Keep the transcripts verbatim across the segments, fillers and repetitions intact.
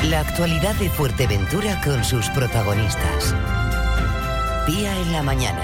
La actualidad de Fuerteventura con sus protagonistas. Pía en la mañana.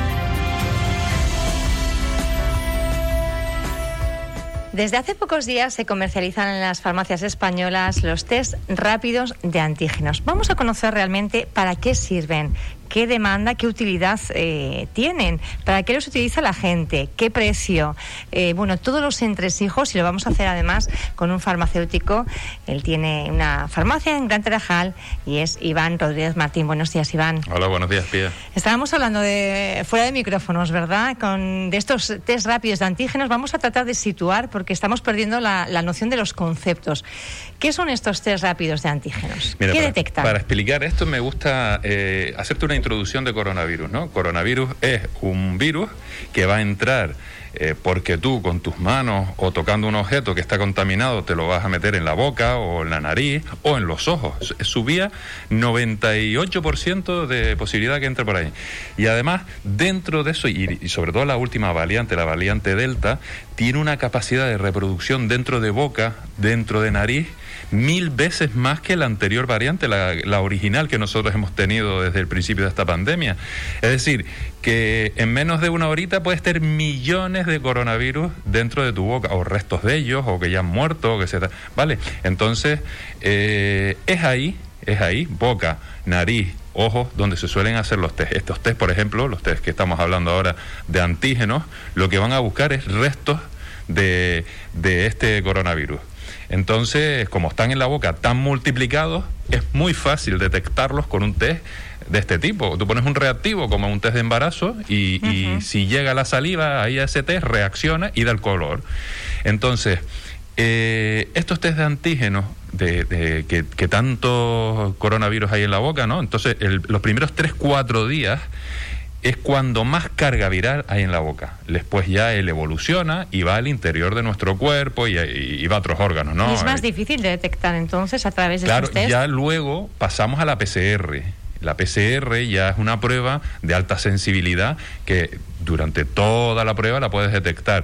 Desde hace pocos días se comercializan en las farmacias españolas los test rápidos de antígenos. Vamos a conocer realmente para qué sirven, qué demanda, qué utilidad eh, tienen, para qué los utiliza la gente, qué precio, eh, bueno, todos los entresijos, y lo vamos a hacer además con un farmacéutico. Él tiene una farmacia en Gran Tarajal y es Iván Rodríguez Martín. Buenos días, Iván. Hola, buenos días, Pía. Estábamos hablando de fuera de micrófonos, ¿verdad? Con de estos test rápidos de antígenos. Vamos a tratar de situar, porque estamos perdiendo la, la noción de los conceptos. ¿Qué son estos test rápidos de antígenos? Mira, ¿Qué para, detectan? Para explicar esto me gusta eh, hacerte una introducción de coronavirus, ¿no? Coronavirus es un virus que va a entrar eh, porque tú con tus manos o tocando un objeto que está contaminado te lo vas a meter en la boca o en la nariz o en los ojos. Es su vía, noventa y ocho por ciento de posibilidad que entre por ahí. Y además, dentro de eso, y, y sobre todo la última variante, la variante Delta, tiene una capacidad de reproducción dentro de boca, dentro de nariz, mil veces más que la anterior variante, la, la original que nosotros hemos tenido desde el principio de esta pandemia. Es decir, que en menos de una horita puedes tener millones de coronavirus dentro de tu boca, o restos de ellos, o que ya han muerto, o que se... ¿Vale? Entonces, eh, es ahí, es ahí, boca, nariz, ojos, donde se suelen hacer los test. Estos test, por ejemplo, los test que estamos hablando ahora de antígenos, lo que van a buscar es restos de, de este coronavirus. Entonces, como están en la boca tan multiplicados, es muy fácil detectarlos con un test de este tipo. Tú pones un reactivo como un test de embarazo y, uh-huh. y si llega la saliva, ahí a ese test reacciona y da el color. Entonces, eh, estos test de antígenos, de, de que, que tantos coronavirus hay en la boca, ¿no? Entonces, el, los primeros tres, cuatro días es cuando más carga viral hay en la boca. Después ya él evoluciona y va al interior de nuestro cuerpo y, y, y va a otros órganos, ¿no? Y es más difícil de detectar entonces a través de claro, estos test. Ya luego pasamos a la P C R. La P C R ya es una prueba de alta sensibilidad que durante toda la prueba la puedes detectar,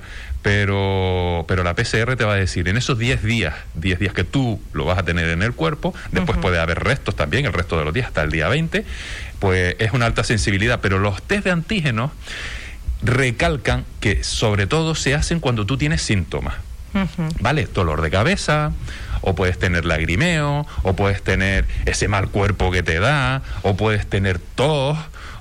pero pero la P C R te va a decir, en esos diez días, diez días que tú lo vas a tener en el cuerpo, después uh-huh. puede haber restos también, el resto de los días, hasta el día veinte, pues es una alta sensibilidad, pero los test de antígenos recalcan que sobre todo se hacen cuando tú tienes síntomas. Uh-huh. ¿Vale? Dolor de cabeza, o puedes tener lagrimeo, o puedes tener ese mal cuerpo que te da, o puedes tener tos,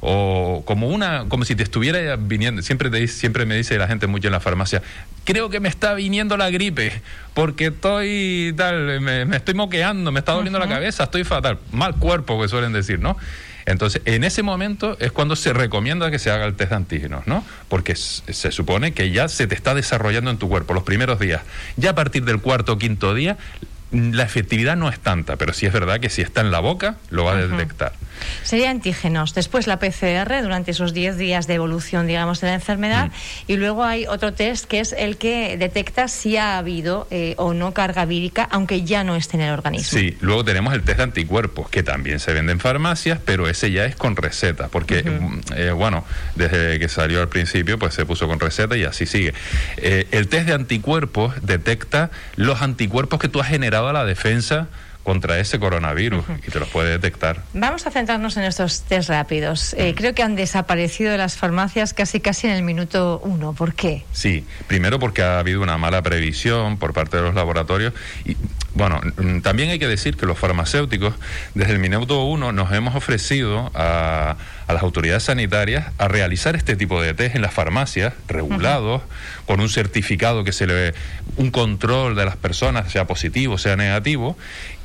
o como una, como si te estuviera viniendo, siempre te siempre me dice la gente mucho en la farmacia, creo que me está viniendo la gripe, porque estoy tal, me, me estoy moqueando, me está doliendo uh-huh. la cabeza, estoy fatal, mal cuerpo que suelen decir, ¿no? Entonces, en ese momento es cuando se recomienda que se haga el test de antígenos, ¿no? Porque se supone que ya se te está desarrollando en tu cuerpo los primeros días. Ya a partir del cuarto o quinto día, la efectividad no es tanta, pero sí es verdad que si está en la boca, lo va a detectar. Uh-huh. Sería antígenos, después la P C R durante esos diez días de evolución, digamos, de la enfermedad, mm. y luego hay otro test que es el que detecta si ha habido eh, o no carga vírica, aunque ya no esté en el organismo. Sí, luego tenemos el test de anticuerpos, que también se vende en farmacias, pero ese ya es con receta, porque, uh-huh. eh, bueno, desde que salió al principio, pues se puso con receta y así sigue. Eh, el test de anticuerpos detecta los anticuerpos que tú has generado a la defensa contra ese coronavirus uh-huh. y te los puede detectar. Vamos a centrarnos en estos test rápidos. Eh, uh-huh. Creo que han desaparecido de las farmacias casi casi en el minuto uno. ¿Por qué? Sí, primero porque ha habido una mala previsión por parte de los laboratorios y, bueno, también hay que decir que los farmacéuticos desde el minuto uno nos hemos ofrecido a, a las autoridades sanitarias a realizar este tipo de test en las farmacias regulados, uh-huh. con un certificado que se le... un control de las personas, sea positivo, sea negativo,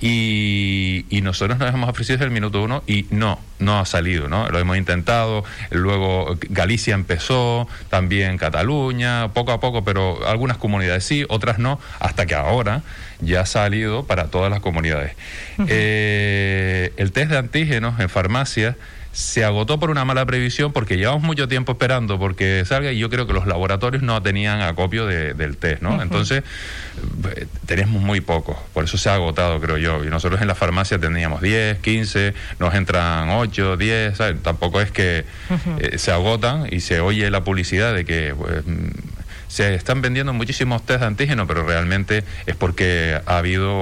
y, y nosotros nos hemos ofrecido desde el minuto uno y no, no ha salido, ¿no? Lo hemos intentado, luego Galicia empezó, también Cataluña, poco a poco, pero algunas comunidades sí, otras no, hasta que ahora ya ha salido para todas las comunidades. Uh-huh. Eh, el test de antígenos en farmacias se agotó por una mala previsión, porque llevamos mucho tiempo esperando porque salga, y yo creo que los laboratorios no tenían acopio de, del test, ¿no? Uh-huh. Entonces, eh, tenemos muy pocos, por eso se ha agotado, creo yo, y nosotros en la farmacia teníamos diez, quince, nos entran ocho, diez, ¿sabes? Tampoco es que uh-huh. eh, se agotan y se oye la publicidad de que... Pues, se están vendiendo muchísimos test de antígeno, pero realmente es porque ha habido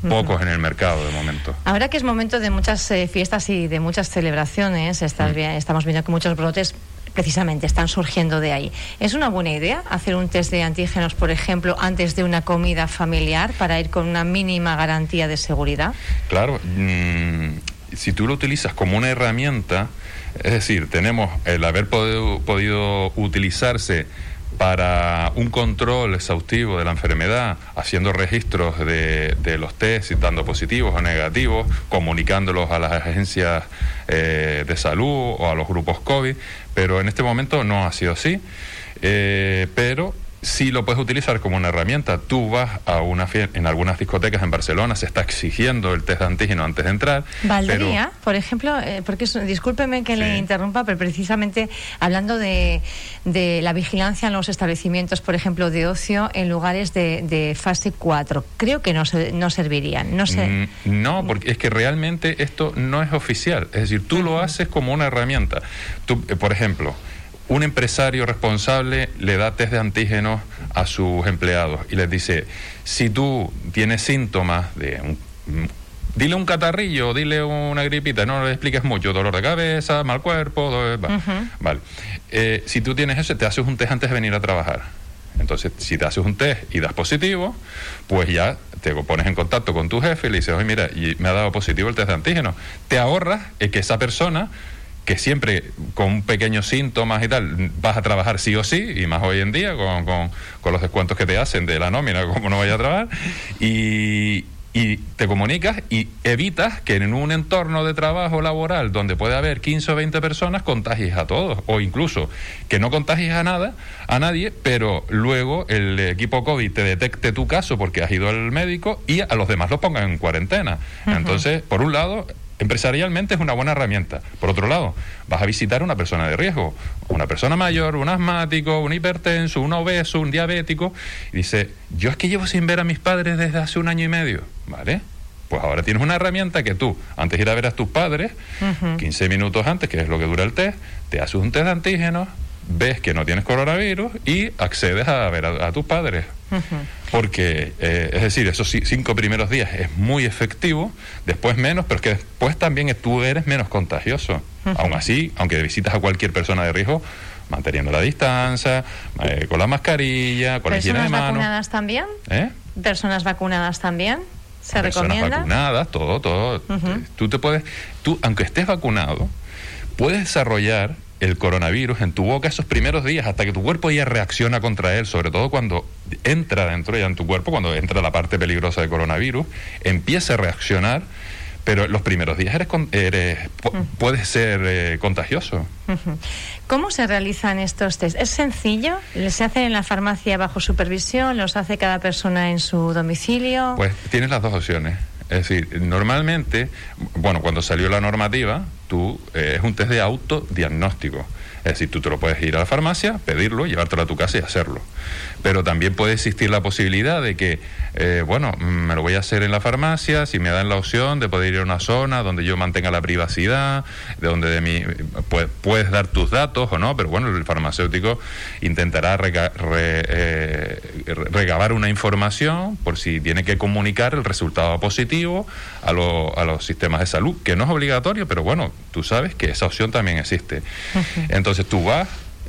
pocos uh-huh. en el mercado de momento. Ahora que es momento de muchas eh, fiestas y de muchas celebraciones, estás uh-huh. bien, estamos viendo que muchos brotes precisamente están surgiendo de ahí. ¿Es una buena idea hacer un test de antígenos, por ejemplo, antes de una comida familiar para ir con una mínima garantía de seguridad? Claro, mmm, si tú lo utilizas como una herramienta, es decir, tenemos el haber podido, podido utilizarse para un control exhaustivo de la enfermedad, haciendo registros de, de los test, dando positivos o negativos, comunicándolos a las agencias eh, de salud o a los grupos COVID, pero en este momento no ha sido así, eh, pero sí lo puedes utilizar como una herramienta. Tú vas a una fiesta, en algunas discotecas en Barcelona se está exigiendo el test de antígeno antes de entrar. ¿Valdría, pero... por ejemplo, eh, porque es, discúlpeme que sí. le interrumpa, pero precisamente hablando de, de la vigilancia en los establecimientos, por ejemplo, de ocio, en lugares de, de fase cuatro, creo que no, se, no servirían. No sé. Mm, no, porque es que realmente esto no es oficial. Es decir, tú uh-huh. lo haces como una herramienta. Tú, eh, por ejemplo, un empresario responsable le da test de antígenos a sus empleados y les dice, si tú tienes síntomas de un, dile un catarrillo, dile una gripita, no le expliques mucho, dolor de cabeza, mal cuerpo, dolor, va, uh-huh. vale. Eh, si tú tienes eso, te haces un test antes de venir a trabajar. Entonces, si te haces un test y das positivo, pues ya te pones en contacto con tu jefe y le dices, oye, mira, y me ha dado positivo el test de antígenos. Te ahorras eh, que esa persona, que siempre con pequeños síntomas y tal, vas a trabajar sí o sí, y más hoy en día con, con, con los descuentos que te hacen de la nómina, como no vaya a trabajar, y, y te comunicas y evitas que en un entorno de trabajo laboral donde puede haber quince o veinte personas contagies a todos, o incluso que no contagies a nada, a nadie, pero luego el equipo COVID te detecte tu caso porque has ido al médico y a los demás los pongan en cuarentena. Uh-huh. Entonces, por un lado, empresarialmente es una buena herramienta. Por otro lado, vas a visitar a una persona de riesgo, una persona mayor, un asmático, un hipertenso, un obeso, un diabético, y dice, yo es que llevo sin ver a mis padres desde hace un año y medio, ¿vale? Pues ahora tienes una herramienta que tú, antes de ir a ver a tus padres, uh-huh. quince minutos antes, que es lo que dura el test, te haces un test de antígenos, ves que no tienes coronavirus y accedes a ver a, a tus padres. Uh-huh. Porque, eh, es decir, esos cinco primeros días es muy efectivo, después menos, pero es que después también tú eres menos contagioso. Uh-huh. Aún así, aunque visitas a cualquier persona de riesgo, manteniendo la distancia, eh, con la mascarilla, con la higiene de manos. ¿Personas vacunadas también? ¿Eh? ¿Personas vacunadas también? ¿Se Personas recomienda? vacunadas, todo, todo. Uh-huh. Tú te puedes, tú, aunque estés vacunado, puedes desarrollar el coronavirus en tu boca esos primeros días hasta que tu cuerpo ya reacciona contra él, sobre todo cuando entra dentro ya en tu cuerpo, cuando entra la parte peligrosa del coronavirus, empieza a reaccionar, pero los primeros días eres, eres uh-huh. puedes ser eh, contagioso. Uh-huh. ¿Cómo se realizan estos test? ¿Es sencillo? ¿Se hacen en la farmacia bajo supervisión? ¿Los hace cada persona en su domicilio? Pues tienes las dos opciones. Es decir, normalmente, bueno, cuando salió la normativa, tú eh, es un test de autodiagnóstico. Es decir, tú te lo puedes ir a la farmacia, pedirlo, llevártelo a tu casa y hacerlo. Pero también puede existir la posibilidad de que, eh, bueno, me lo voy a hacer en la farmacia, si me dan la opción de poder ir a una zona donde yo mantenga la privacidad, de donde de mí pues, puedes dar tus datos o no, pero bueno, el farmacéutico intentará rega, re, eh, recabar una información por si tiene que comunicar el resultado positivo a, lo, a los sistemas de salud, que no es obligatorio, pero bueno, tú sabes que esa opción también existe. Uh-huh. Entonces tú vas,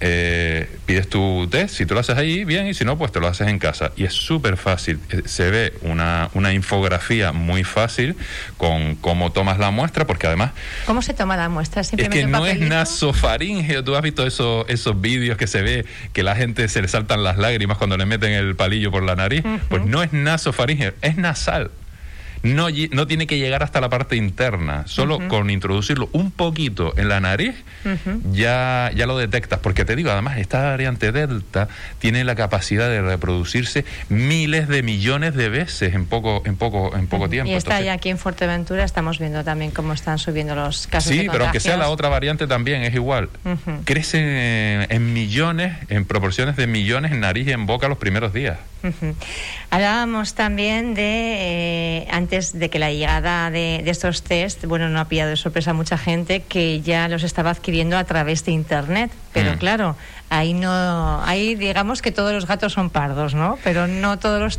eh, pides tu test, si tú lo haces ahí, bien, y si no, pues te lo haces en casa. Y es súper fácil, se ve una, una infografía muy fácil con cómo tomas la muestra, porque además... ¿Cómo se toma la muestra? ¿Simplemente es que un no papelito? Es nasofaringeo, tú has visto eso, esos vídeos que se ve que la gente se le saltan las lágrimas cuando le meten el palillo por la nariz, uh-huh. Pues no es nasofaringeo, es nasal. No, no tiene que llegar hasta la parte interna, solo uh-huh. con introducirlo un poquito en la nariz, uh-huh. ya, ya lo detectas, porque te digo, además esta variante Delta tiene la capacidad de reproducirse miles de millones de veces en poco, en poco, en poco uh-huh. tiempo. Y está Entonces, ya aquí en Fuerteventura, estamos viendo también cómo están subiendo los casos sí, de Sí, pero aunque sea la contagios. otra variante también es igual. Uh-huh. Crecen en, en millones, en proporciones de millones en nariz y en boca los primeros días. Uh-huh. Hablábamos también de, eh, antes de que la llegada de, de estos test, bueno, no ha pillado de sorpresa a mucha gente que ya los estaba adquiriendo a través de Internet, pero mm. claro, ahí no, ahí digamos que todos los gatos son pardos, ¿no? Pero no todos los test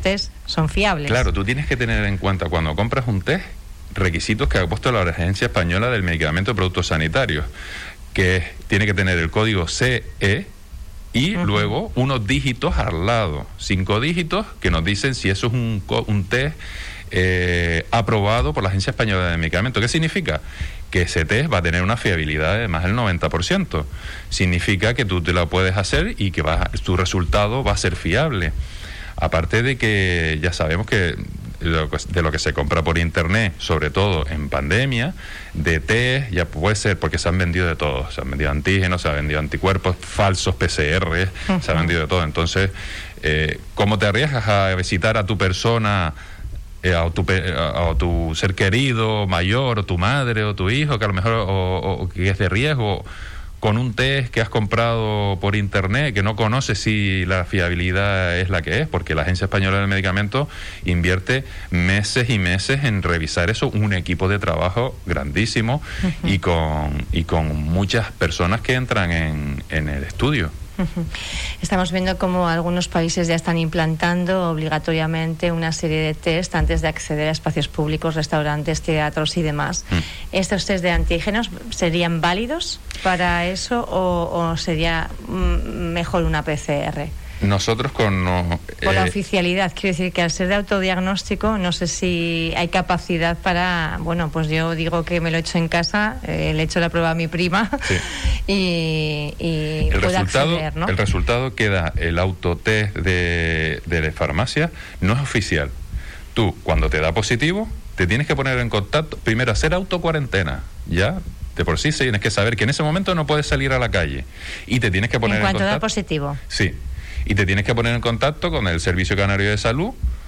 son fiables. Claro, tú tienes que tener en cuenta cuando compras un test requisitos que ha puesto la Agencia Española del Medicamento y Productos Sanitarios, que tiene que tener el código C E y uh-huh. luego unos dígitos al lado, cinco dígitos que nos dicen si eso es un, un test eh, aprobado por la Agencia Española del Medicamento. ¿Qué significa? Que ese test va a tener una fiabilidad de más del noventa por ciento. Significa que tú te lo puedes hacer y que va, tu resultado va a ser fiable. Aparte de que ya sabemos que de lo que se compra por internet, sobre todo en pandemia, de test, ya puede ser, porque se han vendido de todo, se han vendido antígenos, se han vendido anticuerpos, falsos P C R, uh-huh. se han vendido de todo. Entonces, eh, ¿cómo te arriesgas a visitar a tu persona, eh, a, tu, a, a tu ser querido, mayor, o tu madre, o tu hijo, que a lo mejor o, o, o que es de riesgo, con un test que has comprado por internet, que no conoces si la fiabilidad es la que es, porque la Agencia Española del Medicamento invierte meses y meses en revisar eso, un equipo de trabajo grandísimo uh-huh. y con y con muchas personas que entran en, en el estudio. Uh-huh. Estamos viendo cómo algunos países ya están implantando obligatoriamente una serie de test antes de acceder a espacios públicos, restaurantes, teatros y demás. Uh-huh. ¿Estos test de antígenos serían válidos para eso o, o sería mm, mejor una P C R? Nosotros con... No, Por eh, la oficialidad, quiero decir que al ser de autodiagnóstico, no sé si hay capacidad para... Bueno, pues yo digo que me lo he hecho en casa, eh, le he hecho la prueba a mi prima sí. y, y el puedo resultado, acceder, ¿no? El resultado que da el autotest de, de la farmacia no es oficial. Tú, cuando te da positivo, te tienes que poner en contacto, primero hacer autocuarentena, ¿ya? De por sí tienes que saber que en ese momento no puedes salir a la calle y te tienes que poner en, en cuanto contacto. da positivo. Sí. Y te tienes que poner en contacto con el Servicio Canario de Salud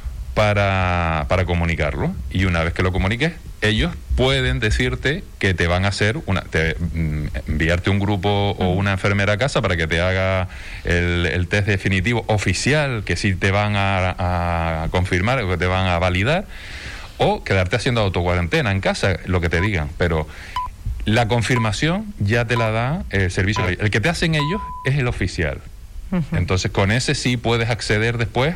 para, para comunicarlo. Y una vez que lo comuniques, ellos pueden decirte que te van a hacer, una, te, mm, enviarte un grupo o una enfermera a casa para que te haga el, el test definitivo oficial, que sí te van a, a confirmar, que te van a validar, o quedarte haciendo autocuarentena en casa, lo que te digan. Pero la confirmación ya te la da el servicio. El que te hacen ellos es el oficial. Uh-huh. Entonces con ese sí puedes acceder después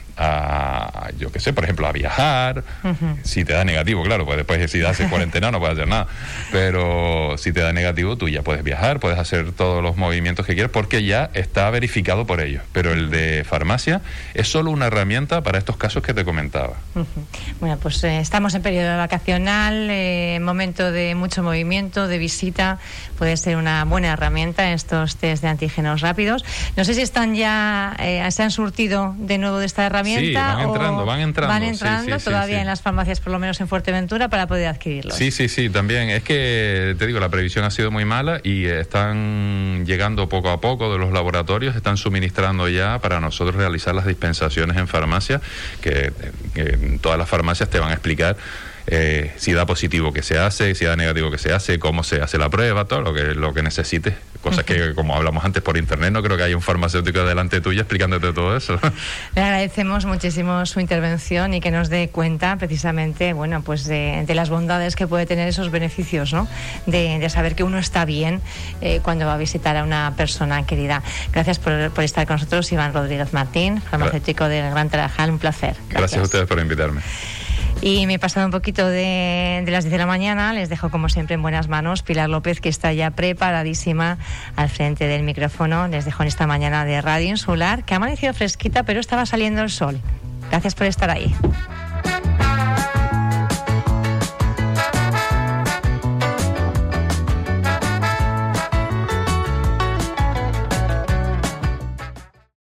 a, yo qué sé, por ejemplo, a viajar, uh-huh. si te da negativo, claro, pues después si te haces cuarentena no puedes hacer nada, pero si te da negativo tú ya puedes viajar, puedes hacer todos los movimientos que quieras porque ya está verificado por ellos, pero el de farmacia es solo una herramienta para estos casos que te comentaba. Uh-huh. Bueno, pues eh, estamos en periodo vacacional, eh, momento de mucho movimiento, de visita, puede ser una buena herramienta estos test de antígenos rápidos. No sé si están ya, eh, se han surtido de nuevo de esta herramienta. Sí, van entrando, van entrando. Van entrando sí, sí, todavía sí, sí. en las farmacias, por lo menos en Fuerteventura, para poder adquirirlos. Sí, sí, sí, también. Es que, te digo, la previsión ha sido muy mala y están llegando poco a poco de los laboratorios, están suministrando ya para nosotros realizar las dispensaciones en farmacia, que, que en todas las farmacias te van a explicar Eh, si da positivo que se hace, si da negativo que se hace, cómo se hace la prueba, todo lo que lo que necesites, cosas uh-huh. que como hablamos antes por internet, no creo que haya un farmacéutico delante tuya explicándote todo eso. Le agradecemos muchísimo su intervención y que nos dé cuenta precisamente, bueno, pues de, de las bondades que puede tener esos beneficios, ¿no? De, de saber que uno está bien eh, cuando va a visitar a una persona querida. Gracias por, por estar con nosotros, Iván Rodríguez Martín, farmacéutico Gra- del Gran Tarajal, un placer. Gracias. Gracias a ustedes por invitarme. Y me he pasado un poquito de, de las diez de la mañana. Les dejo como siempre en buenas manos Pilar López, que está ya preparadísima al frente del micrófono. Les dejo en esta mañana de Radio Insular, que ha amanecido fresquita, pero estaba saliendo el sol. Gracias por estar ahí.